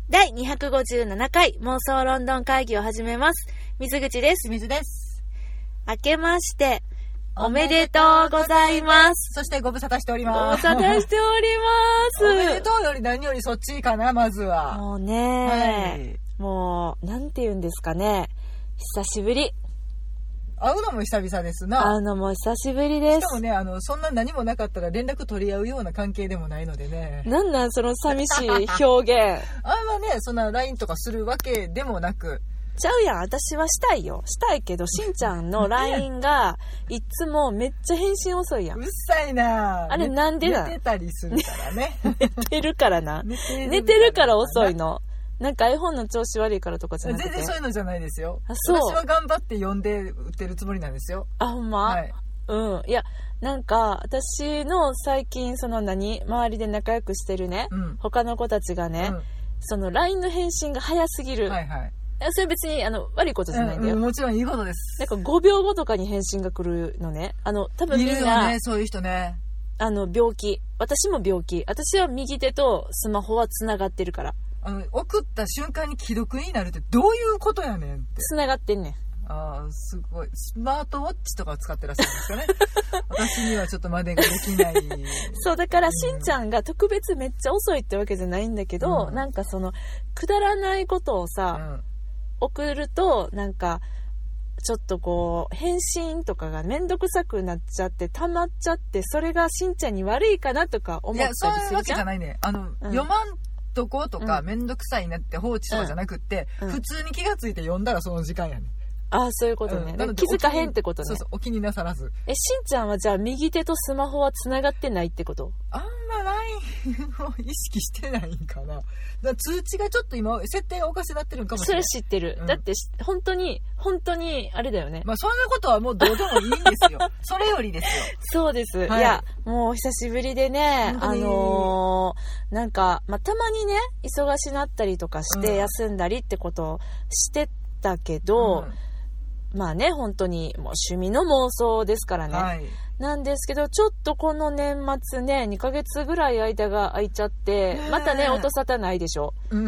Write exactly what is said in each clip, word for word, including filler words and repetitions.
だいにひゃくごじゅうななかい妄想ロンドン会議を始めます。水口です。 水です。 明けましておめでとうございます。 そしてご無沙汰しております。 ご無沙汰しております。 おめでとうより何よりそっちかな、まずは。 もうね、はい、もうなんて言うんですかね、久しぶり。 会うのも久々ですな。 会うのも久しぶりです。 しかもね、あのそんな何もなかったら連絡取り合うような関係でもないのでね。 なんなんその寂しい表現。 あんまね、そんな ライン とかするわけでもなく。 ちゃうやん、私はしたいよ。したいけど、しんちゃんの ライン がいつもめっちゃ返信遅いやん。 うっさいな。 あれなんでなん？ 寝てたりするからね。 寝てるからな。寝てるからな。寝てるから遅いの。なんか iPhone の調子悪いからとかじゃなくて。 全然そういうのじゃないですよ。 あ、そう。 私は頑張って読んで売ってるつもりなんですよ。 あ、ほんま？はい。うん。いや、なんか私の最近その何周りで仲良くしてるね、うん、他の子たちがね、うん、その ライン の返信が早すぎる。はいはい。それ別にあの悪いことじゃないんだよ、 うんうん、もちろんいいことです。 なんかごびょうごとかに返信が来るのね。あの多分みんな、 いるよね、そういう人ね。 あの病気、私も病気。私は右手とスマホはつながってるから。 あの送った瞬間に既読になるってどういうことやねんって。 つながってんねん。 ああ、すごい。スマートウォッチとかを使ってらっしゃるんですかね。私にはちょっと真似ができない。 そう、だからしんちゃんが特別めっちゃ遅いってわけじゃないんだけど、うん、なんかそのくだらないことをさ、うん、送るとなんかちょっとこう返信とかがめんどくさくなっちゃって溜まっちゃって、それがしんちゃんに悪いかなとか思ったりするじゃん。いや、そういうわけじゃないね。あの、うん、読まんとことか、うん、めんどくさいなって放置とかじゃなくって、うん、普通に気がついて読んだらその時間やねん。ああ、そういうことね、うん、気づかへんってことね。 そうそう、お気になさらず。 え、しんちゃんはじゃあ右手とスマホはつながってないってこと？ あんま ライン を意識してないんかな。だから通知がちょっと今設定がおかしになってるんかもしれない。 それ知ってる、うん、だって本当に本当にあれだよね。 まあそんなことはもうどうでもいいんですよ。それよりですよ。 そうです、はい、いやもう久しぶりでね、あのー、なんか、まあ、たまにね忙しなったりとかして休んだりってことをしてたけど、うんまあね、本当にもう趣味の妄想ですからね、はい、なんですけどちょっとこの年末ねにかげつぐらい間が空いちゃってまたね音沙汰ないでしょ、うん、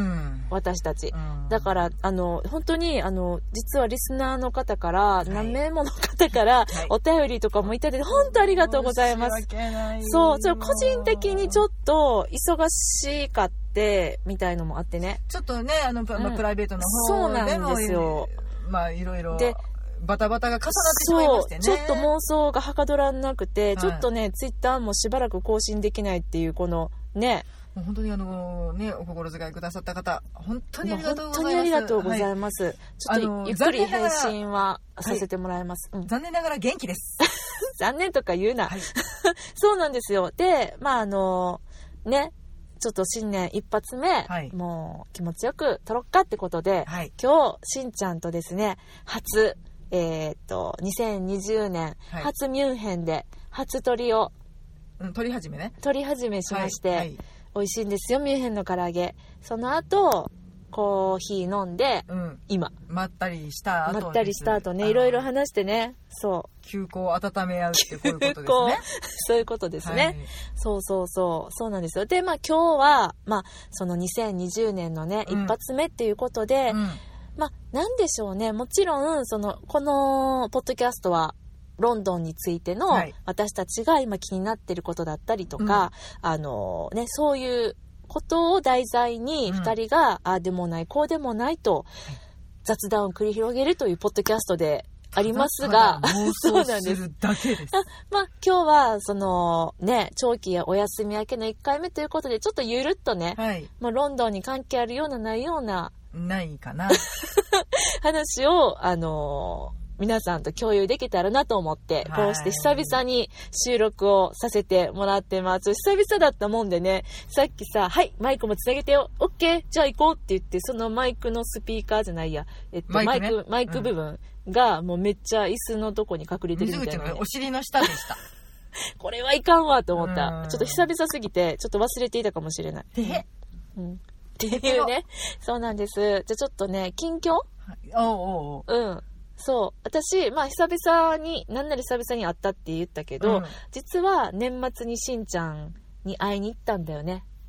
私たち、うん、だからあの本当にあの実はリスナーの方から、はい、何名もの方からお便りとかもいただいて、はい、本当ありがとうございます。そう、それ個人的にちょっと忙しかってみたいのもあってね、 ちょっとねあの、まあ、プライベートの方でも、 そうなんですよ、 まあいろいろでバタバタが重なってしまいましてね。 そう、ちょっと妄想がはかどらなくて、はい、ちょっとねツイッターもしばらく更新できないっていうこのね、 もう本当にあのねお心遣いくださった方本当にありがとうございます。 本当にありがとうございます、はい、ちょっとゆっくり返信はさせてもらいます、 はいうん、残念ながら元気です残念とか言うな、はい、そうなんですよ。でまああのねちょっと新年一発目、はい、もう気持ちよく撮ろっかってことで、はい、今日しんちゃんとですね初えー、っとにせんにじゅうねん、はい、初ミュンヘンで初撮りを、 うん、撮り始めね撮り始めしまして、はいはい、美味しいんですよミュンヘンの唐揚げ。その後コーヒー飲んで、うん、今まったりした後まったりした後ねいろいろ話してね、そう休校を温め合うってこういうことですねそういうことですね、はい、そうそうそうそうなんですよ。でまあ今日はまあそのにせんにじゅうねんのね、うん、一発目っていうことで、うんまあ、なんでしょうね。もちろんそのこのポッドキャストはロンドンについての私たちが今気になっていることだったりとか、うん、あのね、そういうことを題材にふたりが、うん、ああでもないこうでもないと雑談を繰り広げるというポッドキャストでありますが、 そうなんです。だけです。 まあ今日はそのね長期やお休み明けのいっかいめということでちょっとゆるっとね、はい、まあ、ロンドンに関係あるようなないようなないかな話をあのー、皆さんと共有できたらなと思って、こうして久々に収録をさせてもらってます。久々だったもんでね、さっきさ、はいマイクもつなげてよ、オッケーじゃあ行こうって言って、そのマイクのスピーカーじゃないや、えっとマイク、ね、マイクマイク部分がもうめっちゃ椅子のとこに隠れてるみたいな、ね、 水口のお尻の下でしたこれはいかんわと思った。ちょっと久々すぎてちょっと忘れていたかもしれない。 で、 うんっていうね。そうなんです。じゃあちょっとね近況、 おうおうおう、 うんそう私まあ久々になんなら久々に会ったって言ったけど、うん、実は年末にしんちゃんに会いに行ったんだよね。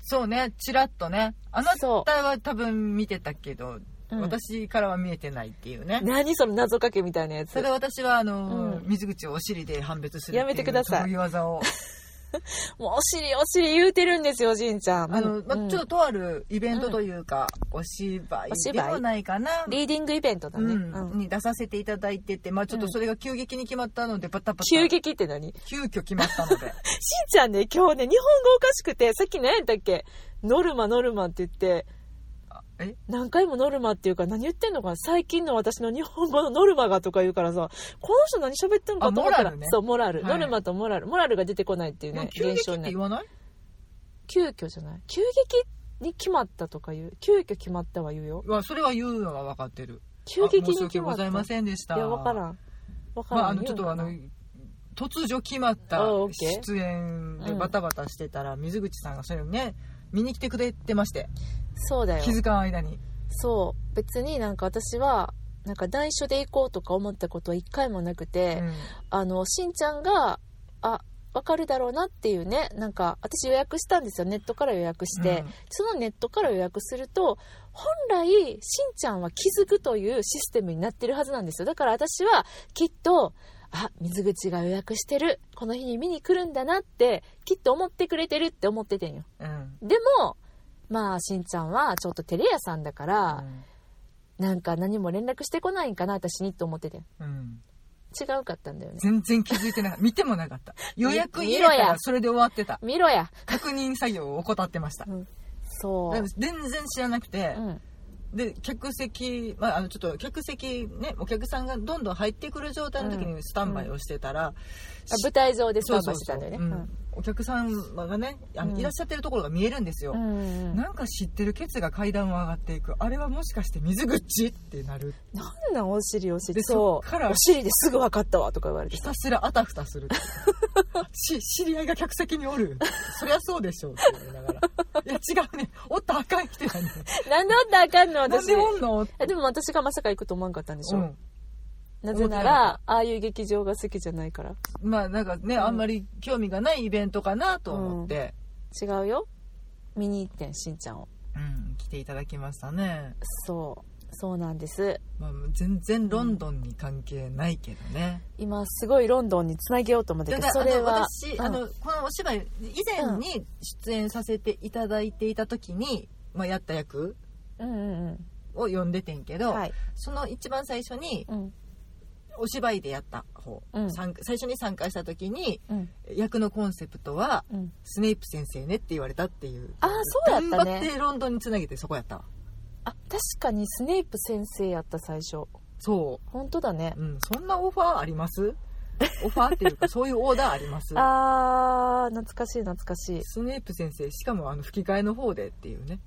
そうね、チラッとね。あなたそは多分見てたけど、 うん私からは見えてないっていうね。 何その謎かけみたいなやつ。 それ私はあの、 うん水口をお尻で判別するっていうやめてください得意技をもうお尻お尻言うてるんですよ、しんちゃん。 あの、まうんちょっととあるイベントというか、お芝居ではないかな、 リーディングイベントだね。 うんうんに出させていただいてて、まあちょっとそれが急激に決まったので、パタパタ急激って何？ 急遽決まったのでしんちゃんね、今日ね、日本語おかしくて、さっき何やったっけ？ノルマノルマって言って、 あえ何回もノルマっていうか何言ってんのかな、最近の私の日本語のノルマがとか言うからさ、この人何喋ってんのかと思ったら、 あモラルねそう、モラル、 はいノルマとモラル。モラルが出てこないっていうね、 急激っ現象になる。 て言わない？ 急遽じゃない？急激に決まったとか言う。急遽決まったは言うよ。 わそれは言うのは分かってる。 急激にあ申し訳決まった。 ございませんでした。 いや、わからん。わからん。 まあ、あのちょっとあの言うの突如決まったあオッケー出演でバタバタしてたら、水口さんがそれをね見に来てくれてまして、 そうだよ。 気づかん間に。 そう。別になんか私は、なんか内緒で行こうとか思ったことは一回もなくて、 うんあの、しんちゃんが、あ、わかるだろうなっていうね、なんか私予約したんですよ。ネットから予約して、 うんそのネットから予約すると、本来しんちゃんは気づくというシステムになってるはずなんですよ。だから私はきっと、あ、水口が予約してる、この日に見に来るんだなってきっと思ってくれてるって思っててんよ。 うんでもまあしんちゃんはちょっと照れ屋さんだから、なんか何も連絡してこないんかな私にと思ってて、 うん違うかったんだよね。 全然気づいてなかった。見てもなかった。予約入れ見ろやたらそれで終わってた。 見ろや。 確認作業を怠ってました。 そうだから全然知らなくて、 うんで客席、まあ、あのちょっと客席ね、お客さんがどんどん入ってくる状態の時にスタンバイをしてたら、 あ舞台上でスタンバイしてたんだよね。 そうそうそううんお客さんがねあの、 うんいらっしゃってるところが見えるんですよ、 うんうんなんか知ってるケツが階段を上がっていく、あれはもしかして水口ってなる、 なんなんお尻お尻でそうそっからお尻ですぐ分かったわとか言われてひさたすらあたふたするし知り合いが客席におるそりゃそうでしょうって言いながらいや違うね、おったらあかん人やねなんでおったらあかんのなん私でおんの、 えでも私がまさか行くと思わんかったんでしょ、 うん、 なぜならああいう劇場が好きじゃないからまあなんかね、 うんあんまり興味がないイベントかなと思って、 違うよ、見に行ってんしんちゃんを。 うん、来ていただきましたね。 そうそうなんです。 まあ、全然ロンドンに関係ないけどね、 今すごいロンドンにつなげようと思ってて、 だからそれはあの私、 うんあのこのお芝居以前に出演させていただいていた時に、まあ、やった役うんうんを読んでてんけど、 うんはいその一番最初にうんお芝居でやった方、 うん参加最初に参加した時にうん役のコンセプトはうんスネイプ先生ねって言われたっていう、 あーそうやったね頑張ってロンドンにつなげてそこやったわ。 あ確かにスネイプ先生やった最初。 そ本当だねう、うん、そんなオファーありますオファーっていうかそういうオーダーありますあー懐かしい懐かしい。 スネープ先生しかもあの吹き替えの方でっていうね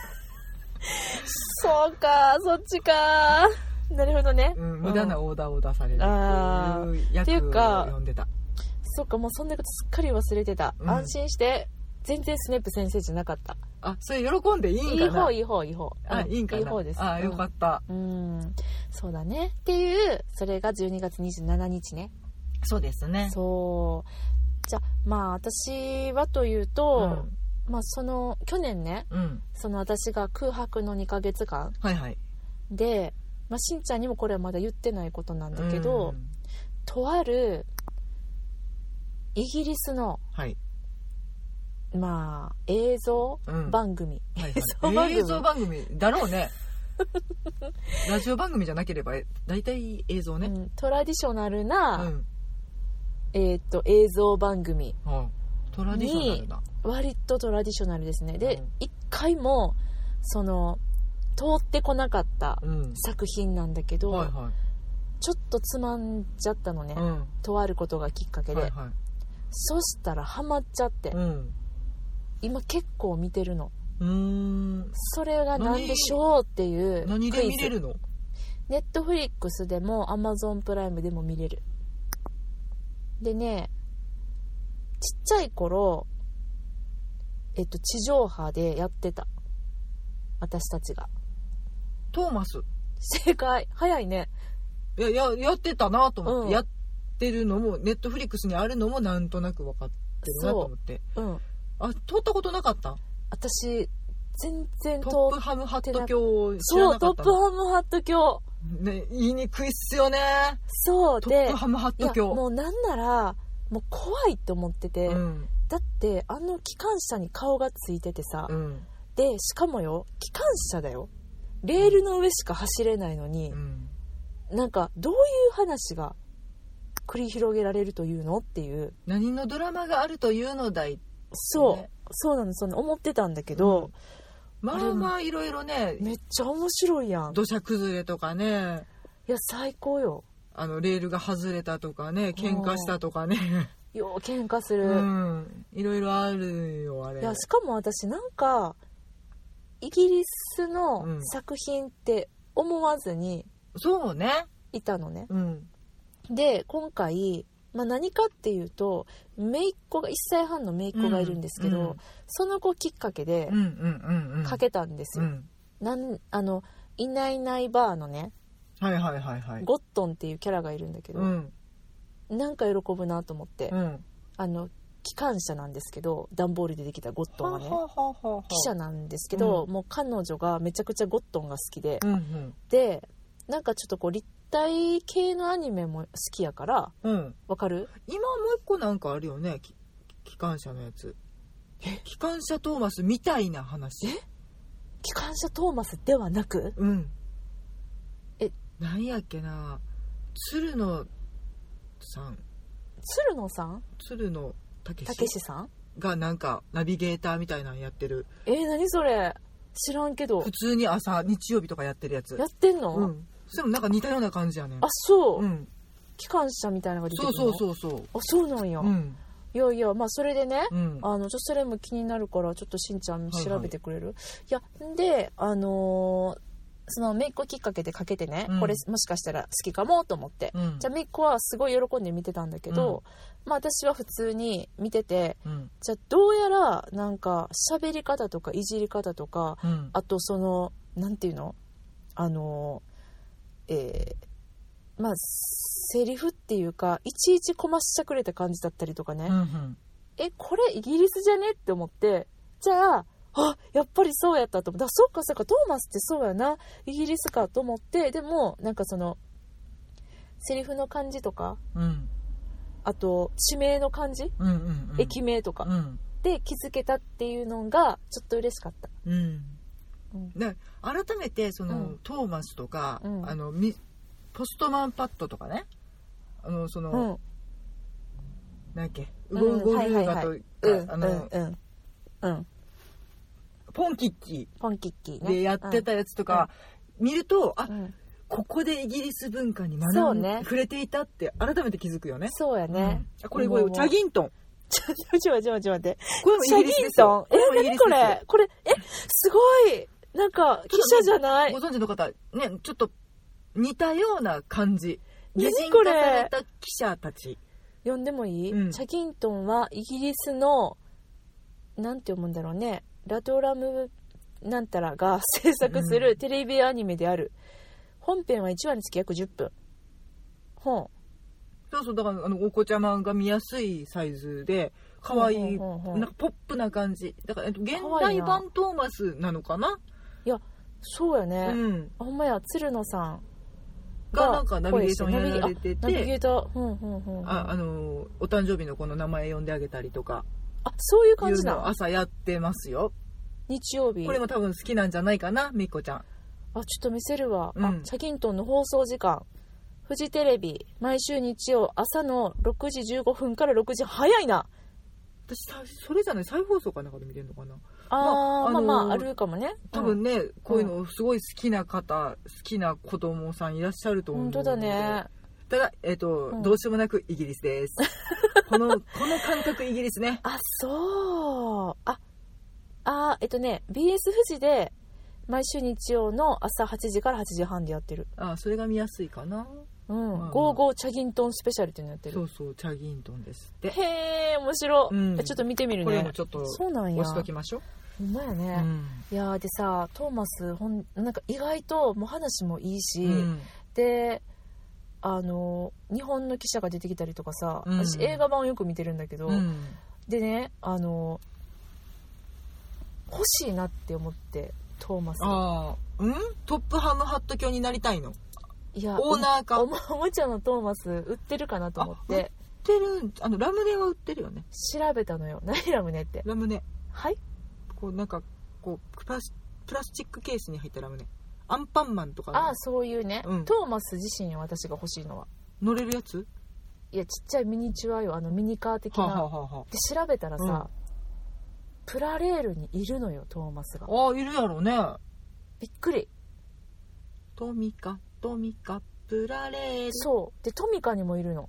そうかそっちかなるほどね、 うん、無駄なオーダーを出されるあーっていう役をっていうか読んでた。 そっかもうそんなことすっかり忘れてた、 うん安心して全然スネープ先生じゃなかった。 あ、それ喜んでいいんかな。 いい方いい方いい方あ、 うんいいんかな。 いい方です。 あ、よかった。 うん、うんそうだねっていうそれがじゅうにがつにじゅうしちにちね。 そうですね。 そうじゃあまあ私はというと、まあその去年ねうん。うん。 その私が空白のにかげつかんはいはい。 で、まあ、しんちゃんにもこれはまだ言ってないことなんだけど、 うんとあるイギリスのはい。 まあ映像うん番組、 はい映像番はい、 組映像番組だろうね。ラジオ番組じゃなければ大体映像ね。 うんトラディショナルうな、 ん。 えーっと映像番組あ、トラディショナルな。 割とトラディショナルですね。でうん一回もその通ってこなかったうん。 作品なんだけど、 はいはい。 ちょっとつまんじゃったのね、 うん。 とあることがきっかけで、 はいはい。 そしたらハマっちゃって、 うん。 今結構見てるの。 うーん。 それが何でしょうっていうクイズ。 何で見れるの？ ネットフリックスでもアマゾンプライムでも見れる。でね、ちっちゃい頃えっと地上波でやってた、私たちが。 トーマス。 正解早いね。 いや、や、やってたなと思って、 うんやってるのも、ネットフリックスにあるのもなんとなく分かってるなと思って。 うんあ、通ったことなかった？ 私全然ト通ップハムハット教を知らそうトッなかったの。 プハムハット教ね、言いにくいっすよね。 そうで、 トップハムハットいや教。 もうなんならもう怖いって思ってて、 うん、 だってあの機関車に顔がついててさ、 うん、 でしかもよ機関車だよ、レールの上しか走れないのに、 うん、 なんかどういう話が繰り広げられるというのっていう、 何のドラマがあるというのだいって、ね、 そうそうなの、その思ってたんだけど、うんまあまあいろいろね、 めっちゃ面白いやん。 土砂崩れとかね、 いや最高よ。 あのレールが外れたとかね、喧嘩したとかね、 よう喧嘩する、 うん、いろいろあるよあれ。 いやしかも私なんかイギリスの作品って思わずにそうねいたのね、 うん、 で今回、まあ、何かっていうと姪っ子がいっさいはんの姪っ子がいるんですけど、うんうん、その子きっかけでかけたんですよ、うんうんうん、なんあのいないいないばーのね、 はいはいはいはい、 ゴットンっていうキャラがいるんだけど、うん、なんか喜ぶなと思って、うん、あの機関車なんですけど段ボールでできたゴットンはね、はははは記者なんですけど、うん、もう彼女がめちゃくちゃゴットンが好きで、うんうん、でなんかちょっとこう立体系のアニメも好きやから、わ、うん、かる？ 今もう一個なんかあるよね、機関車のやつ。機関車トーマスみたいな話。 え？機関車トーマスではなく？ うん。え、なんやっけな、鶴野さん。 鶴野さん？ 鶴野たけし。 たけしさん？ がなんかナビゲーターみたいなのやってる。 えー、何それ？知らんけど。 普通に朝日曜日とかやってるやつ。 やってんの？ うん。それもなんか似たような感じやねん。 あ、そう。 うん。 機関車みたいなのが出てくるの？ そうそうそうそう。 あ、そうなんや。うん。いやいや、まあそれでね、うん、あのちょっとそれも気になるからちょっとしんちゃん調べてくれる？はいはい、いやであのー、その姪っ子きっかけでかけてね、うん、これもしかしたら好きかもと思って、うん、じゃあ姪っ子はすごい喜んで見てたんだけど、うん、まあ私は普通に見てて、うん、じゃあどうやらなんか喋り方とかいじり方とか、うん、あとそのなんていうのあのえー、まあセリフっていうかいちいちこましちゃくれた感じだったりとかね、うんうん、えこれイギリスじゃねって思って、じゃああやっぱりそうやったと思って、そっかそっかトーマスってそうやなイギリスかと思って、でもなんかそのセリフの感じとか、うん、あと地名の感じ、うんうんうん、駅名とか、うん、で気づけたっていうのがちょっと嬉しかった、うんうん、で改めてその、うん、トーマスとか、うん、あのポストマンパッドとかね、あのその、うん、なんだっけウゴウゴルーガとか、あの、うんうん、ポンキッキーポンキッキー、 ね、でやってたやつとか、うん、見るとあ、うん、ここでイギリス文化に学んで、ね、触れていたって改めて気づくよね。 そうやね、 うん、これこれチャギントンちょちょちょちょ待って、 これもイギリスですよ。 え何これこれえすごいなんか記者じゃない。 ご存知の方ね、ちょっと似たような感じ。 何これ。 擬人化された記者たち。 読んでもいい？うん、チャギントンはイギリスのなんて読むんだろうね。ラトラムなんたらが制作するテレビアニメである。うん、本編はいちわにつき約じゅっぷん。本。 そうそうだからあのお子ちゃまが見やすいサイズで可愛いなんかポップな感じ。だから現代版トーマスなのかな。 いやそうやね。うん、ほんまや鶴野さん。 がなんかナビゲーションやられてて、 ナビゲーター、うんうんうんうん、 ああのお誕生日の子の名前呼んであげたりとか、 あそういう感じなの。 朝やってますよ。 日曜日。 これも多分好きなんじゃないかな、みっこちゃん。あちょっと見せるわ。うん、あチャギントンの放送時間、フジテレビ毎週日曜朝のろくじじゅうごふんからろくじ、早いな。 私それじゃない再放送かなんかで見てるのかな。 あ、まあ、あまあまああるかもね。 多分ね、うん、こういうのすごい好きな方、好きな子供さんいらっしゃると思う。 本当だね。 ただえっ、ー、と、うん、どうしようもなくイギリスです。このこの感覚イギリスね。 あそう。ああえっとね ビーエス 富士で毎週日曜の朝はちじからはちじはんでやってる。 あそれが見やすいかな。 うん、まあまあ、ゴーゴーチャギントンスペシャルっていうのやってる。 そうそうチャギントンですって。 へえ面白い、うん、ちょっと見てみるね。 これもちょっとそうなんや。 押しときましょう。 ほんまやね、うん、いやでさトーマスほんなんか意外ともう話もいいし、うん、であの日本の記者が出てきたりとかさ、うん、私映画版をよく見てるんだけど、うん、でねあの欲しいなって思って、トーマス。 ああ、うんトップハムハット教になりたいの？ いや、 オーナーか。 おも、おもちゃのトーマス売ってるかなと思って。 売ってる、あのラムネは売ってるよね。 調べたのよ。何ラムネって？ ラムネ。 はい。こうなんかこうプラスプラスチックケースに入ったラムネ。アンパンマンとか。 ああ、そういうね、うん。トーマス自身よ、私が欲しいのは。乗れるやつ？ いや、ちっちゃいミニチュアよ、あのミニカー的な。はあはあはあ、で調べたらさ、うん、プラレールにいるのよ、トーマスが。 ああ、いるやろうね。 びっくり。 トミカトミカプラレール。 そうで、トミカにもいるの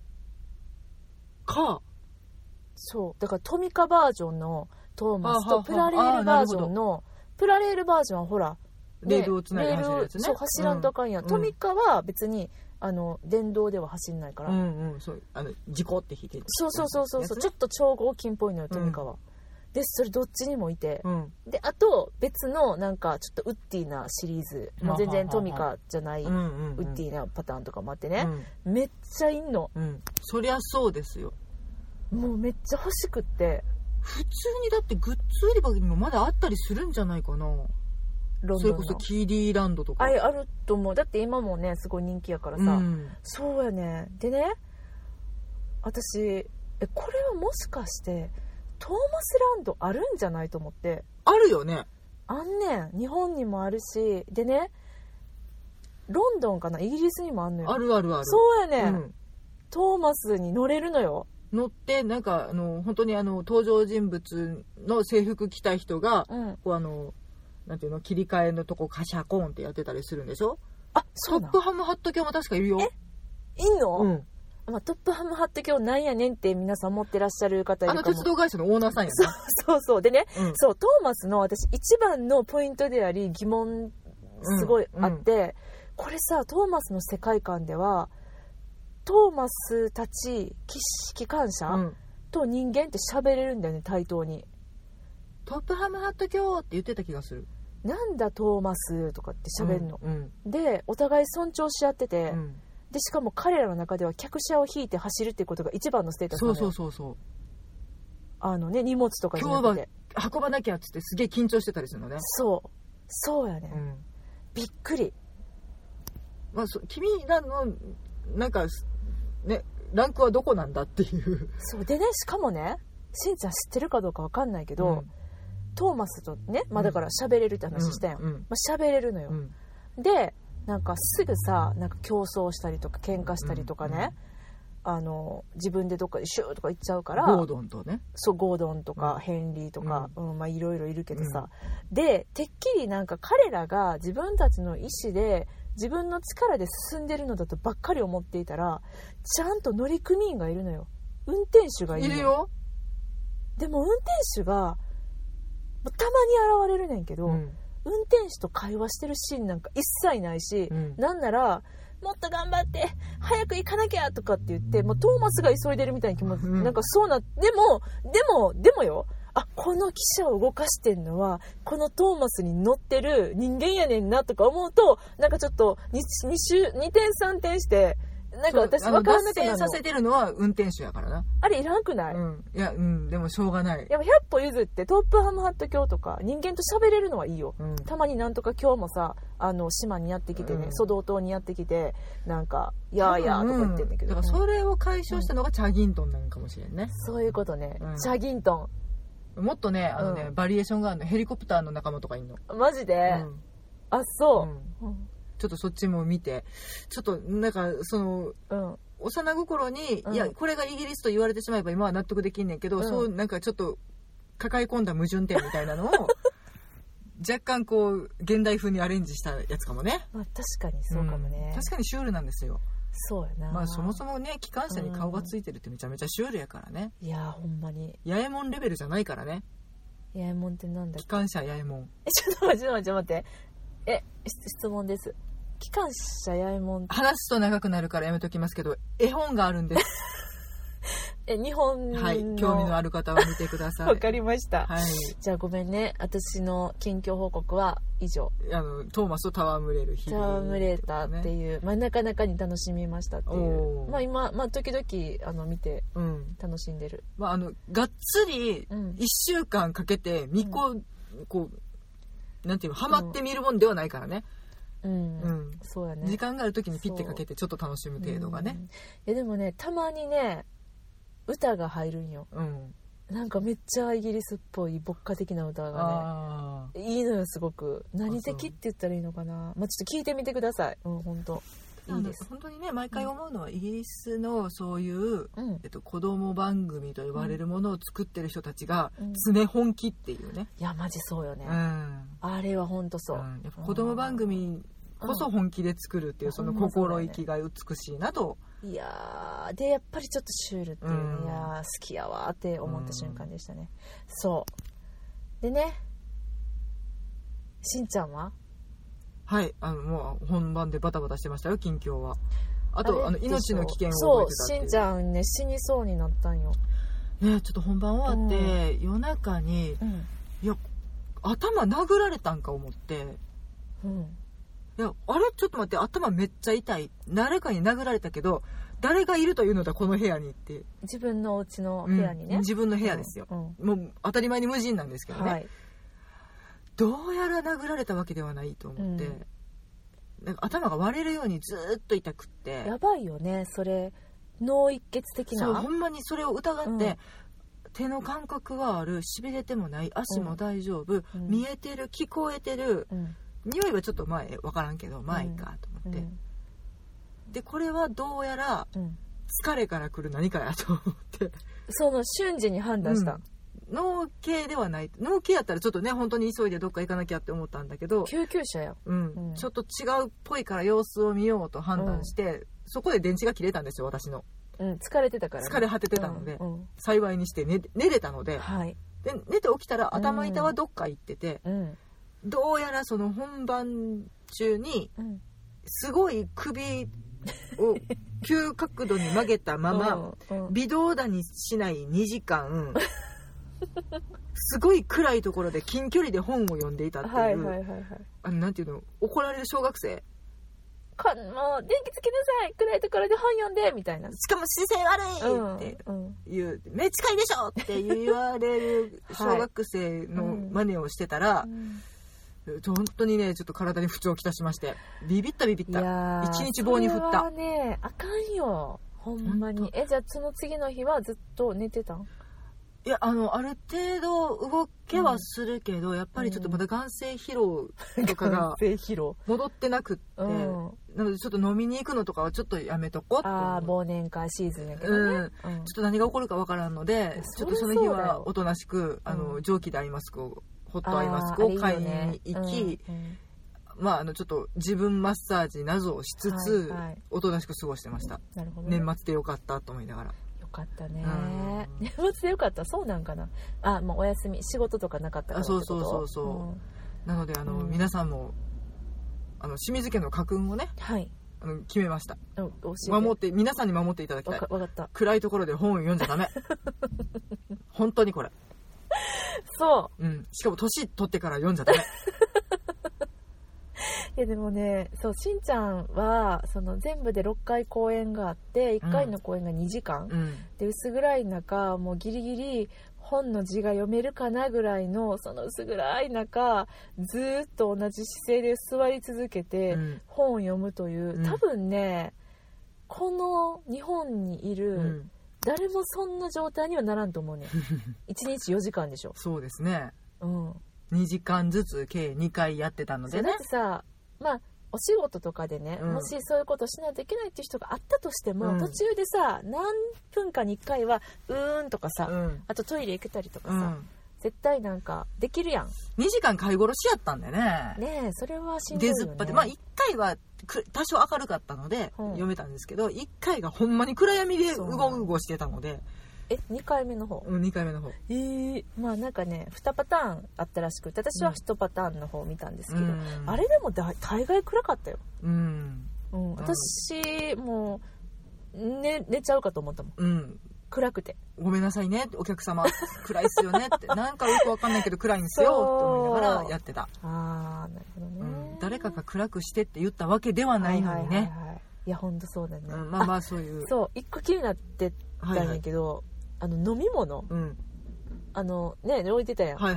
か。 そうだからトミカバージョンのトーマスとプラレールバージョンの、プラレールバージョンはほら、 ね、レールをつないで走るやつね。 そう、走らんとあかんやん、うん、トミカは別にあの電動では走んないから、 うんうん、そうあの事故って引いてる。 そうそうそうそうそう、ちょっと超合金っぽいのよ、トミカは、うん、でそれどっちにもいて、うん、であと別のなんかちょっとウッディなシリーズ、まあ、全然トミカじゃないウッディなパターンとかもあってね、うん、めっちゃいんの、 うん、そりゃそうですよ。 もうめっちゃ欲しくって。 普通にだってグッズ売り場にもまだあったりするんじゃないかな。ロンドンのそれこそキーディーランドとか。 あれあると思う。だって今もねすごい人気やからさ、うん、そうやね。でね、私えこれはもしかしてトーマスランドあるんじゃないと思って。 あるよね。 あんねん、日本にもあるし、でね、ロンドンかな、イギリスにもあんのよ。 あるあるある。 そうやねん、うん、トーマスに乗れるのよ。 乗ってなんかあの本当にあの登場人物の制服着た人が、うん、こうあのなんていうの切り替えのとこカシャコーンってやってたりするんでしょ。 あ、そうな。 トップハムハット教も確かいるよ。 え、いんの？うん。まあ、トップハムハット教なんやねんって皆さん持ってらっしゃる方いるかも。 あの鉄道会社のオーナーさんやな。 そうそうそうでね、うん、そうトーマスの私一番のポイントであり疑問すごいあって、うんうん、これさトーマスの世界観ではトーマスたち機関車、うんと人間って喋れるんだよね、対等に。 トップハムハット教って言ってた気がする。 なんだトーマスとかって喋るの、うんうん、でお互い尊重し合ってて、うん、でしかも彼らの中では客車を引いて走るっていうことが一番のステータスなのよ。 そうそうそうそう。 あのね、荷物とかじゃなくて今日は運ばなきゃっつってすげえ緊張してたりするのね。 そうそうやね、うん、びっくり。 まあ、君らのなんかねランクはどこなんだっていう。 そうでね、しかもね、しんちゃん知ってるかどうかわかんないけど、うん、トーマスとね、まあ、だから喋れるって話したやん、うんうん、まあ、喋れるのよ、うん、でなんかすぐさなんか競争したりとか喧嘩したりとかね、うんうん、あの自分でどっかでシューとか行っちゃうから。 ゴードンとね。 そうゴードンとか、うん、ヘンリーとか、うんうん、まあいろいろいるけどさ、うん、でてっきりなんか彼らが自分たちの意思で自分の力で進んでるのだとばっかり思っていたら、ちゃんと乗組員がいるのよ。運転手がいるの。 いるよ。 でも運転手がたまに現れるねんけど、うん、運転手と会話してるシーンなんか一切ないし、うん、なんならもっと頑張って早く行かなきゃとかって言って、もうトーマスが急いでるみたいな気持ち、うん、なんかそうな。でもでもでもよ、あ、この汽車を動かしてんのはこのトーマスに乗ってる人間やねんなとか思うと、なんかちょっと 2, 2, 周2点さんてんしてなんか私分からなくなるの。 脱線させてるのは運転手やからな。 あれいらんくない？ うん、いや、うん、でもしょうがない。 やっぱひゃっぽ譲ってトップハムハット教とか人間と喋れるのはいいよ、うん、たまになんとか今日もさあの島にやってきてね、ソドー島にやってきてなんかやーやーとか言ってんだけど、 うん、だからそれを解消したのがチャギントンなのかもしれんね、 うん、そういうことね、うん、チャギントンもっとね、あのね、うん、バリエーションがあるの。ヘリコプターの仲間とかいんの。 マジで、うん、あ、そう、うん、 ちょっとそっちも見て、ちょっとなんかその、うん、幼心に、うん、いやこれがイギリスと言われてしまえば今は納得できんねんけど、うん、そうなんかちょっと抱え込んだ矛盾点みたいなのを若干こう現代風にアレンジしたやつかもね。 まあ確かにそうかもね、 うん、確かにシュールなんですよ。 そうやな。 まあそもそもね機関車に顔がついてるってめちゃめちゃシュールやからね、 うん、いやほんまに八重門レベルじゃないからね。 八重門ってなんだっけ？ 機関車八重門。 えちょっと待ってちょっと待ってえ質問です。機関車八重門話すと長くなるからやめときますけど、絵本があるんですえ日本の、 はい、興味のある方は見てください。 わかりました、 はい、 じゃあごめんね、私の近況報告は以上。 あのトーマスと戯れる日々、 戯れたっていう、まあ、なかなかに楽しみましたっていう、まあ、今、まあ、時々あの見て楽しんでる、 うん、まあ、あのがっつりいっしゅうかんかけて見ここうなんていうのハマって見るもんではないからね。 うん、うん、そうやね。 時間がある時にピッてかけてちょっと楽しむ程度がね。 うん、いやでもねたまにね歌が入るんよ。うん。なんかめっちゃイギリスっぽい牧歌的な歌がねいいのよすごく。何的って言ったらいいのかな。まあ、ちょっと聞いてみてください。うん本当。いいです。 本当にね毎回思うのは、うん、イギリスのそういう、うんえっと、子供番組と呼ばれるものを作ってる人たちが、うん、常本気っていうね。 いやマジそうよね、うん、あれは本当そう、うん、 やっぱ子供番組こそ本気で作るっていう、うん、その心意気が美しいなと、 うん、いやでやっぱりちょっとシュールっていう、ねうん、いや好きやわって思った瞬間でしたね、うん、そうでねしんちゃんははい、あのもう本番でバタバタしてましたよ近況は。あと あ, あの命の危険を覚えてたっていう。 そうしんちゃんね死にそうになったんよね。ちょっと本番終わって、うん、夜中に、うん、いや頭殴られたんか思って、うん、いやあれちょっと待って頭めっちゃ痛い誰かに殴られたけど誰がいるというのだこの部屋にって。 自分のお家の部屋にね、 うん、自分の部屋ですよ、うんうん、もう当たり前に無人なんですけどね、はい、どうやら殴られたわけではないと思って、うん、なんか頭が割れるようにずっと痛くって。やばいよねそれ脳一血的な。 そうほんまにそれを疑って、うん、手の感覚はあるしびれてもない足も大丈夫、うん、見えてる聞こえてる、うん、匂いはちょっと前分からんけど前かと思って、うんうん、でこれはどうやら疲れから来る何かやと思ってその瞬時に判断した、 うん脳系ではない。脳系やったらちょっとね本当に急いでどっか行かなきゃって思ったんだけど救急車や、 うんうん、ちょっと違うっぽいから様子を見ようと判断して、うん、そこで電池が切れたんですよ私の、 うん、疲れてたから、ね、 疲れ果ててたので、うんうん、幸いにして 寝, 寝れたので、はい、で寝て起きたら頭板はどっか行ってて、うん、どうやらその本番中にすごい首を急角度に曲げたまま、うんうん、微動だにしないにじかんすごい暗いところで近距離で本を読んでいたっていう、はいはいはいはい、あのなんていうの怒られる小学生かもう電気つけなさい暗いところで本読んでみたいな。 しかも姿勢悪いっていう、うんうん、目近いでしょって言われる小学生の真似をしてたら、はいうん、本当にねちょっと体に不調をきたしましてビビったビビった一日棒に振った。それはねあかんよほんまに。えじゃあその次の日はずっと寝てたん？ いやあのある程度動けはするけど、うん、やっぱりちょっとまだ眼性疲労とかが戻ってなくって、うん、なのでちょっと飲みに行くのとかはちょっとやめとこうって。 ああ忘年会シーズンやけどね、うんうん、ちょっと何が起こるかわからんのでちょっとその日はおとなしくあの蒸気でアイマスクをホットアイマスクを買いに行き、うんうんまあ、あのちょっと自分マッサージなどをしつつ、はいはい、おとなしく過ごしてました。なるほどね、年末でよかったと思いながら。 よかったね、うん、年末でよかった。そうなんかなあ、まあ、お休み仕事とかなかったからってこと。 あそうそうそうそう、うん、なのであの、うん、皆さんもあの清水家の家訓をね、はい、あの決めました。守って皆さんに守っていただきたい。わかった。暗いところで本を読んじゃダメ本当にこれそう、 うん、しかも年取ってから読んじゃダメいやでもねそうしんちゃんはその全部でろっかい公演があっていっかいの公演がにじかん、うん、で薄暗い中もうギリギリ本の字が読めるかなぐらいのその薄暗い中ずっと同じ姿勢で座り続けて本を読むという、うん、多分ねこの日本にいる、うん誰もそんな状態にはならんと思うねいちにちよじかんでしょ。 そうですね、うん、にじかんずつ計にかいやってたのでね。 だってさまあお仕事とかでね、うん、もしそういうことをしないといけないっていう人があったとしても、うん、途中でさ何分かにいっかいはうーんとかさ、うん、あとトイレ行けたりとかさ、うん絶対なんかできるやん。 にじかん飼い殺しやったんだよね。 ねえそれはしんどいよね。 出ずっぱでまあいっかいは多少明るかったので読めたんですけど、うん、いっかいがほんまに暗闇でうごうごしてたので。 えにかいめの方？ うんにかいめの方。 えー、まあなんかねにパターンあったらしくて私はいちパターンの方を見たんですけど、うん、あれでもだ大概暗かったよ。うん。うん、私もう寝寝ちゃうかと思ったもん。うん。暗くてごめんなさいねお客様暗いっすよねってなんかよくわかんないけど暗いんですよって思いながらやってた。 あーなるほどね、 うん、誰かが暗くしてって言ったわけではないのにね、はいはいはいはい、 いやほんとそうだね、 うん、まあまあそういうそう一個気になってたんやけど、はいはい、あの飲み物、うん、あのね置いてたやん、 はいはい、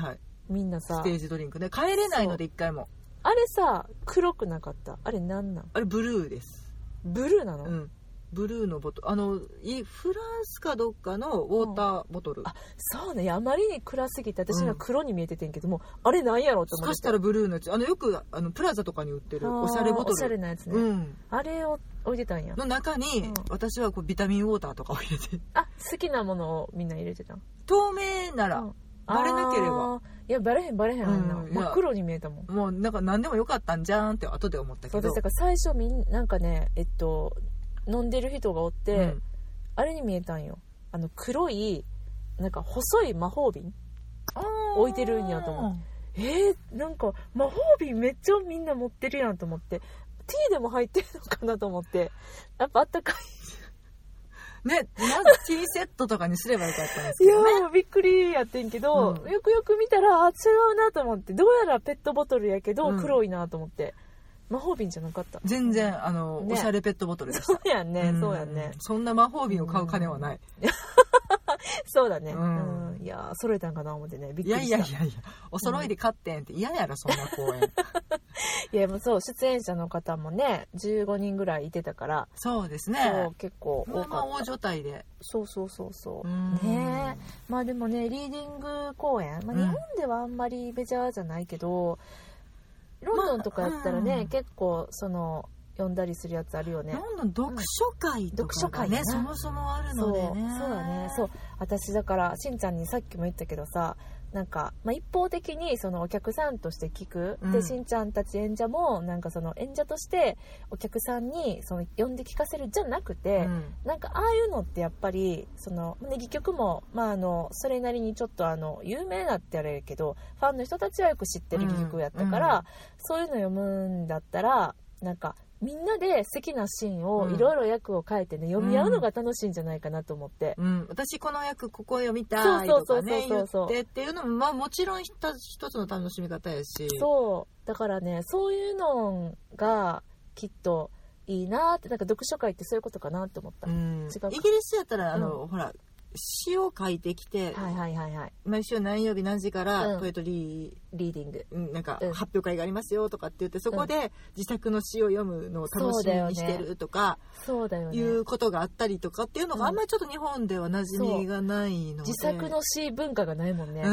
みんなさステージドリンクね帰れないので一回も。 あれさ黒くなかった？あれなんなん？ あれブルーです。 ブルーなの？ うん、ブルーのボトル、あのフランスかどっかのウォーターボトル、うん、 あそうね、あまりに暗すぎて私は黒に見えててんけども、うん、あれなんやろって思って。 そしたらブルーのやつ、あのよくあのプラザとかに売ってるおしゃれボトル、 おしゃれなやつね、うん、あれを置いてたんや。の中に、うん、私はこうビタミンウォーターとかを入れて、 あ好きなものをみんな入れてた。 透明なら、うん、バレなければ。 いやバレへんバレへん、あんな、うん、真っ黒に見えたもん。 もうなんか何でもよかったんじゃーんって後で思ったけど、 そうです。だから最初みんなんかねえっと飲んでる人がおって、うん、あれに見えたんよ。あの黒いなんか細い魔法瓶置いてるんやと思って、えー、なんか魔法瓶めっちゃみんな持ってるやんと思って、ティーでも入ってるのかなと思って、やっぱあったかいね、まずティーセットとかにすればよかったんですけどね。 いやびっくりやってんけど、うん、よくよく見たらあ違うなと思って、どうやらペットボトルやけど黒いなと思って、うん、魔法瓶じゃなかった。 全然あの、ね、おしゃれペットボトルでした。 そうやんね、うん、そうやんね。 そんな魔法瓶を買う金はない。 そうだね、うんうん、いや揃えたんかな思ってね、びっくりした。 いやいやいやいや、お揃いで買ってんって嫌やろそんな公演。 いやもうそう、出演者の方もねじゅうごにんぐらいいてたから。 そうですね、 そう結構多かった。 まあ大所帯で。 そうそうそうそうね。まあでもねリーディング公演、まあ、日本ではあんまりメジャーじゃないけど、うん、ロンドンとかやったらね、まあうん、結構その読んだりするやつあるよね。 ロンドン読書会とかがね、うん、そもそもあるのでね。 そう、そうだね。そう、私だからしんちゃんにさっきも言ったけどさ、なんか、まあ、一方的にそのお客さんとして聞く、うん、でしんちゃんたち演者もなんかその演者としてお客さんにその読んで聞かせるじゃなくて、うん、なんかああいうのってやっぱりその戯曲も、まあ、あのそれなりにちょっとあの有名なってあれやけどファンの人たちはよく知ってる戯曲やったから、うんうん、そういうの読むんだったらなんかみんなで好きなシーンをいろいろ役を変えてね、うん、読み合うのが楽しいんじゃないかなと思って、 うん、私この役ここ読みたいとかね言ってっていうのも、まあ、もちろん一つの楽しみ方やし、 そうだからねそういうのがきっといいなって、なんか読書会ってそういうことかなって思った、うん、違うか。 イギリスやったらあの、うん、ほら詩を書いてきて、 はいはいはいはい、 毎週何曜日何時からポエトリー、リーディング、 うん、なんか発表会がありますよとかって言って、そこで自作の詩を読むのを楽しみにしてるとか、 そうだよね、 いうことがあったりとかっていうのがあんまりちょっと日本では馴染みがないので、 自作の詩文化がないもんね、うん、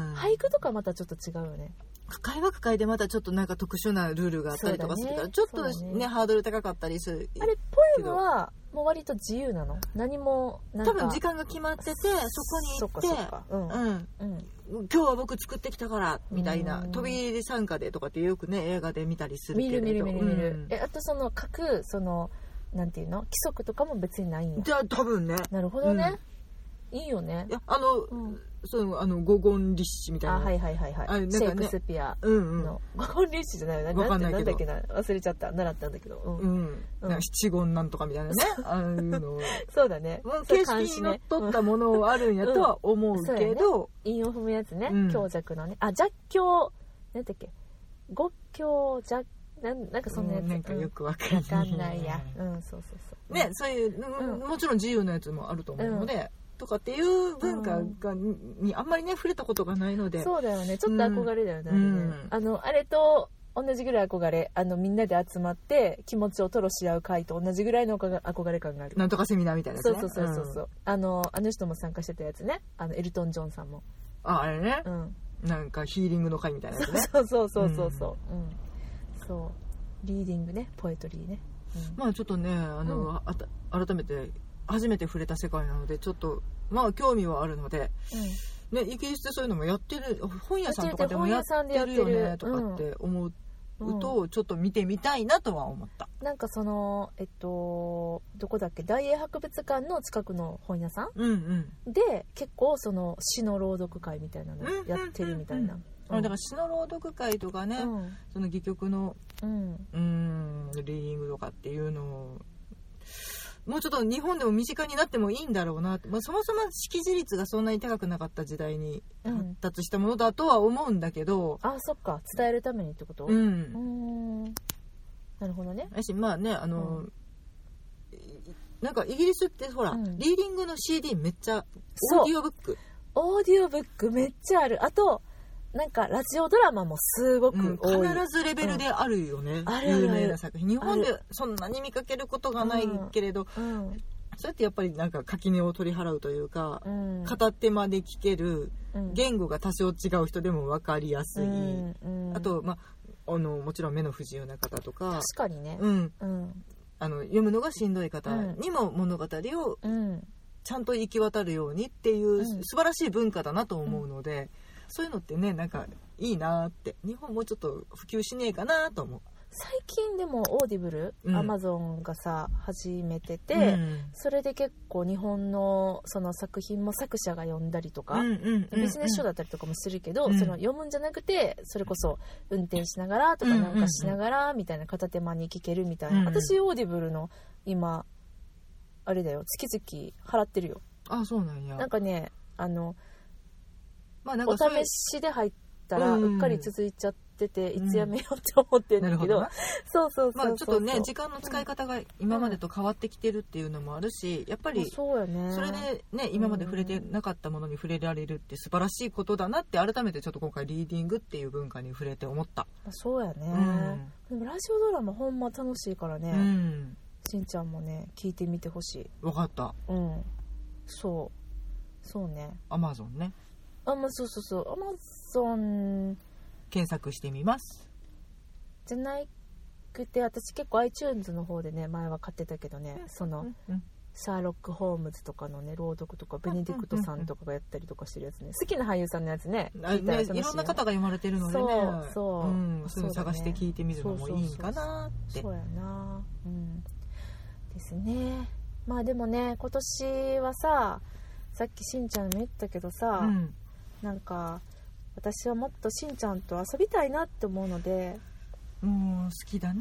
俳句とかまたちょっと違うよね。 区会は区会でまたちょっとなんか特殊なルールがあったりとかするから、ね、ちょっと ね, ねハードル高かったりする。 あれポエムはもう割と自由なの？何もなんか多分時間が決まっててそこに行ってそっかそっか、うんうんうん、今日は僕作ってきたからみたいな、飛び入り参加でとかってよくね映画で見たりするけれど、 見る見る見る見る、うん、えあとその書くそのなんていうの規則とかも別にないんや。 じゃあ多分ね。 なるほどね、うん、いいよね。 いやあの、うんそのあの五言律詩みたいな、 あはいはいはいはい、あ、ね、シェイクスピアの、うんうん、五言律詩じゃないよね。 わかんないけど、 なんだっけな、忘れちゃった、習ったんだけど、うんうんうん、七言なんとかみたいなねああいうのそうだね、 形式にのっとったものあるんやとは思うけど、 うん、韻を踏むやつね、うん、強弱のね、あ弱強なんだっけ、五強弱なんなんかそんなやつ、うん、 なんかよくわかんない、 わかんないや、うんそうそうそうね、そういう、うん、もちろん自由なやつもあると思うので、うんとかっていう文化が、うん、にあんまりね触れたことがないので、 そうだよね、ちょっと憧れだよね、うん、あのあれと同じぐらい憧れ、あのみんなで集まって気持ちを吐露し合う会と同じぐらいの憧れ感がある。 なんとかセミナーみたいなやつね。 そうそうそうそうそう、うん、あのあの人も参加してたやつね、あのエルトン・ジョンさんも、 ああれね、うん、なんかヒーリングの会みたいなやつね。 そうそうそうそうそう、うんうん、そうリーディングね、ポエトリーね、 うん、まあちょっとねあの、うん、あた改めて初めて触れた世界なのでちょっとまあ興味はあるので、うんね、イギリスでそういうのもやってる、本屋さんとかでもやってるよねとかって思うと、うん、ちょっと見てみたいなとは思った。 なんかそのえっとどこだっけ、大英博物館の近くの本屋さん、 うんうん、 で結構その詩の朗読会みたいなのやってるみたいな、うんうんうんうん、 だから詩の朗読会とかね、うん、その戯曲の、うん、うんリーディングとかっていうのをもうちょっと日本でも身近になってもいいんだろうなって、まあ、そもそも識字率がそんなに高くなかった時代に発達したものだとは思うんだけど、 うん、あそっか、伝えるためにってこと、うん、うーんなるほどね。 私まあねあの、うん、なんかイギリスってほら、うん、リーディングの シーディー めっちゃオーディオブックオーディオブックめっちゃある。あとなんかラジオドラマもすごく多い、 うん、必ずレベルであるよね、うん、 あるある有名な作品。日本でそんなに見かけることがないけれど、うんうん、そうやってやっぱりなんか垣根を取り払うというか、うん、片手間で聞ける、うん、言語が多少違う人でも分かりやすい、うんうん、あと、まあ、あのもちろん目の不自由な方とか、 確かにね、 うんうん、あの読むのがしんどい方にも物語をちゃんと行き渡るようにっていう素晴らしい文化だなと思うので、うん、そういうのってね、なんかいいなって、日本もうちょっと普及しねえかなと思う。 最近でもオーディブル、アマゾンがさ始めてて、うん、それで結構日本のその作品も作者が読んだりとか、うんうんうんうん、ビジネス書だったりとかもするけど、うん、その読むんじゃなくてそれこそ運転しながらとかなんかしながらみたいな、片手間に聞けるみたいな、うんうん、私オーディブルの今あれだよ、月々払ってるよ。 あ、そうなんや。 なんかね、あの、まあ、なんかお試しで入ったらうっかり続いちゃってて、うん、いつやめようって思ってるんだけど、うん、そうそうそうそう、 まあ、ちょっとね時間の使い方が今までと変わってきてるっていうのもあるし、やっぱりそうやね、 それでね今まで触れてなかったものに触れられるって素晴らしいことだなって改めてちょっと今回リーディングっていう文化に触れて思った。 そうやね、うん、でもラジオドラマほんま楽しいからね、うん、しんちゃんもね聞いてみてほしい。 分かった。 うん、そうそうね。 アマゾンね。 あ、まあ、そうそうそう、アマゾン検索してみます。 じゃなくて、私結構 iTunes の方でね前は買ってたけどね、うん、その、うん、シャーロック・ホームズとかのね朗読とかベネディクトさんとかがやったりとかしてるやつね、好きな俳優さんのやつね、 聞いたら楽しいよね。いろんな方が読まれてるのでね、そうそう、うん、そういうの探して聞いてみるのもいいんかなって。 そうやな、うんですね。まあでもね今年はさ、さっきしんちゃんも言ったけどさ、うん、なんか私はもっとしんちゃんと遊びたいなって思うので、 もう好きだな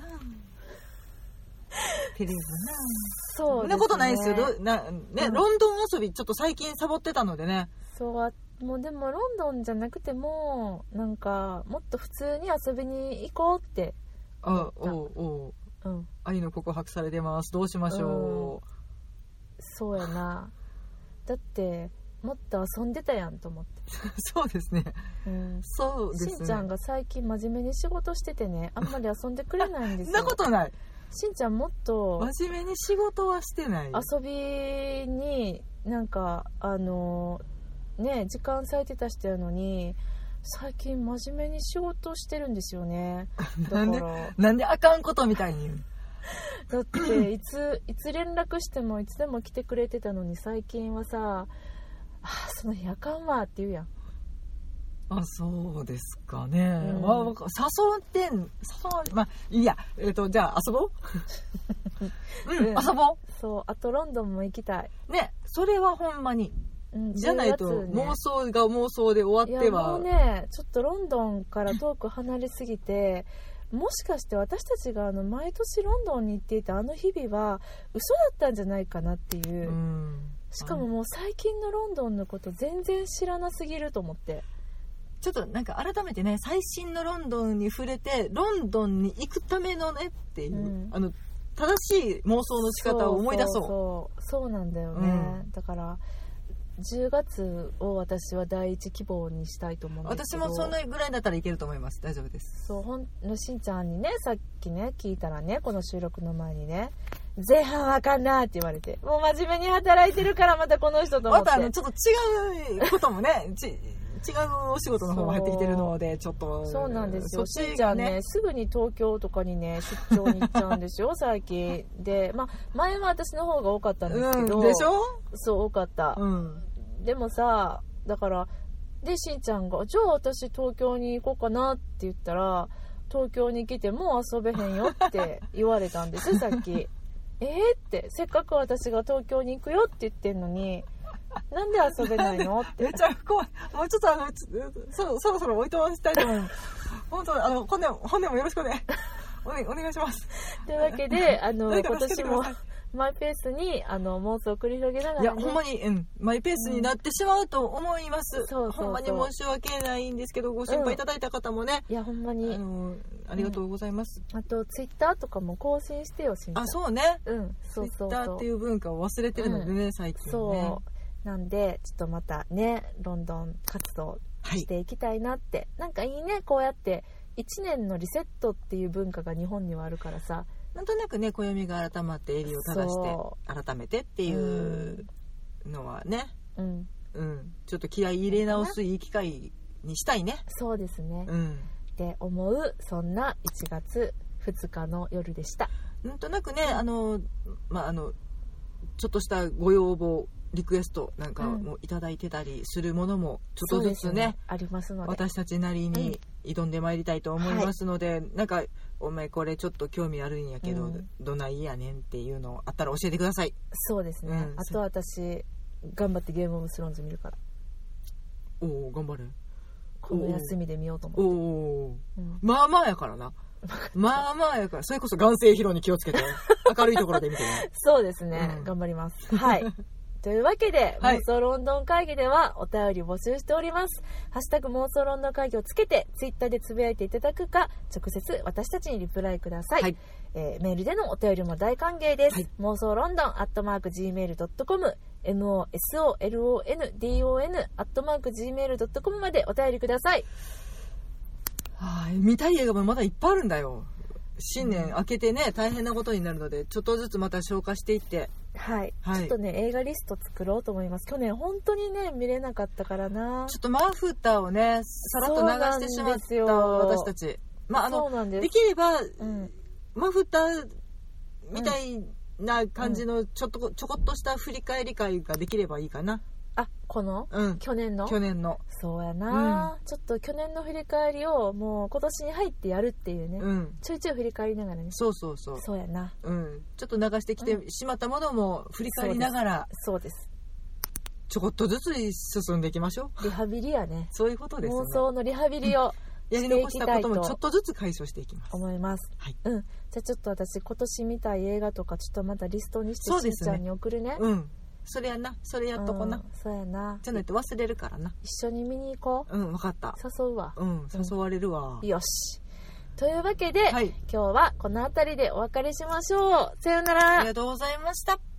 テレビな。 そうですね、 そんなことないですよな、ね、うん、ロンドン遊びちょっと最近サボってたのでね。 そうもうでもロンドンじゃなくてもなんかもっと普通に遊びに行こうって思った。 あおうおう、うん、愛の告白されてます、どうしましょう、うん、 そうやな、だってもっと遊んでたやんと思ってそうですね、うん、そうですね。 しんちゃんが最近真面目に仕事しててね、あんまり遊んでくれないんですよ。 そんなことない。 しんちゃんもっと真面目に仕事はしてない。 遊びになんかあのね時間割いてた人やのに最近真面目に仕事してるんですよね。だからなんでなんであかんことみたいに言う。 だっていついつ連絡してもいつでも来てくれてたのに、最近はさ、あその日あかんわって言うやん。 あ、そうですかね、うんまあ、誘ってん誘わまあいいや、えーと、じゃあ遊ぼううん、うん、遊ぼう。 そう、あとロンドンも行きたいね。それはほんまに、うん、じゃないと妄想が妄想で終わっては。 いやもうねちょっとロンドンから遠く離れすぎてもしかして私たちがあの毎年ロンドンに行っていたあの日々は嘘だったんじゃないかなっていう、うん、しかももう最近のロンドンのこと全然知らなすぎると思って、 ちょっとなんか改めてね最新のロンドンに触れてロンドンに行くためのねっていう、うん、あの正しい妄想の仕方を思い出そう。 そうそうそうなんだよね、うん、だからじゅうがつを私は第一希望にしたいと思うんですけど、 私もそのぐらいだったらいけると思います。大丈夫です。 そうほんのしんちゃんにねさっきね聞いたらね、この収録の前にね前半あかんなって言われて、もう真面目に働いてるからまたこの人と思ってまたあのちょっと違うこともねち違うお仕事の方も入ってきてるのでちょっとそうなんですよ。しんちゃんねすぐに東京とかにね出張に行っちゃうんですよ最近で、まあ前は私の方が多かったんですけど、 うん、でしょ。 そう多かった、うん、でもさだからでしんちゃんがじゃあ私東京に行こうかなって言ったら、東京に来ても遊べへんよって言われたんですさっきえーってせっかく私が東京に行くよって言ってんのになんで遊べないのってめっちゃ怖い。もうちょっとあのそ, そろそろ置いとわしたいと思います本当あの本年も本年もよろしくねお, お願いします。 というわけであの今年もマイペースにあの妄想を繰り広げながら、ね、 いやほんまに、うん、マイペースになってしまうと思います、うん、そうそうそうほんまに申し訳ないんですけどご心配いただいた方もね、 うん、いやほんまにあのありがとうございます、 うん、あとツイッターとかも更新してよしんちゃん。 あそうね、 うん、そうそうそうツイッターっていう文化を忘れてるのでね、うん、最近ね。 そうなんでちょっとまたねロンドン活動していきたいなって、はい、なんかいいね、こうやっていちねんのリセットっていう文化が日本にはあるからさ、 なんとなくね、暦が改まって襟を正して改めてっていうのはね、うんうん、ちょっと気合い入れ直すいい機会にしたいね。 そうですね、 うん、 って思う、そんないちがつふつかの夜でした。 なんとなくね、あの、まあ、あのちょっとしたご要望リクエストなんかもいただいてたりするものもちょっとずつ ね,、うん、ねありますので、 私たちなりに挑んでまいりたいと思いますので、うんはい、なんかお前これちょっと興味あるんやけど、うん、どないやねんっていうのあったら教えてください。 そうですね、うん、あと私頑張ってゲームオブスローンズ見るから。 おお頑張れ。 この休みで見ようと思って。 おお、うん、まあまあやからなまあまあやから、それこそ眼性疲労に気をつけて明るいところで見てねそうですね、うん、頑張りますはいというわけで、はい、妄想ロンドン会議ではお便り募集しております。ハッシュタグ妄想ロンドン会議をつけてツイッターでつぶやいていただくか、直接私たちにリプライください、はいえー、メールでのお便りも大歓迎です、はい、妄想ロンドンアットマーク ジーメールドットコム モーソロンドン アットマーク ジーメールドットコム までお便りください。 はい、見たい映画もまだいっぱいあるんだよ。新年明けてね、大変なことになるので、ちょっとずつまた消化していって、 はい、はい、ちょっとね映画リスト作ろうと思います。去年本当にね見れなかったからな。 ちょっとマンフーターをねさらっと流してしまった私たち。まああの で, できれば、うん、マンフーターみたいな感じのちょっと、うん、ちょこっとした振り返り会ができればいいかな。 あ、この、うん、去年の去年のそうやな、うん、ちょっと去年の振り返りをもう今年に入ってやるっていうね、うん、ちょいちょい振り返りながらね。 そうそうそうそうやな、 うん、ちょっと流してきてしまったものも振り返りながら、 そうです、そうです、 ちょこっとずつ進んでいきましょう。リハビリやね。 そういうことですね。 妄想のリハビリを、うん、 やり残したこともちょっとずつ解消していきます。 思います。はい。うん。じゃあちょっと私今年見たい映画とかちょっとまたリストにしてしんちゃんに送るね。 うん。それやな、それやっとこな、うん、 そうやな。 じゃないと忘れるからな。 一緒に見に行こう。うん、分かった。 誘うわ。 うん、誘われるわ。 うん、よし。というわけで、はい、今日はこの辺りでお別れしましょう。さようなら。 ありがとうございました。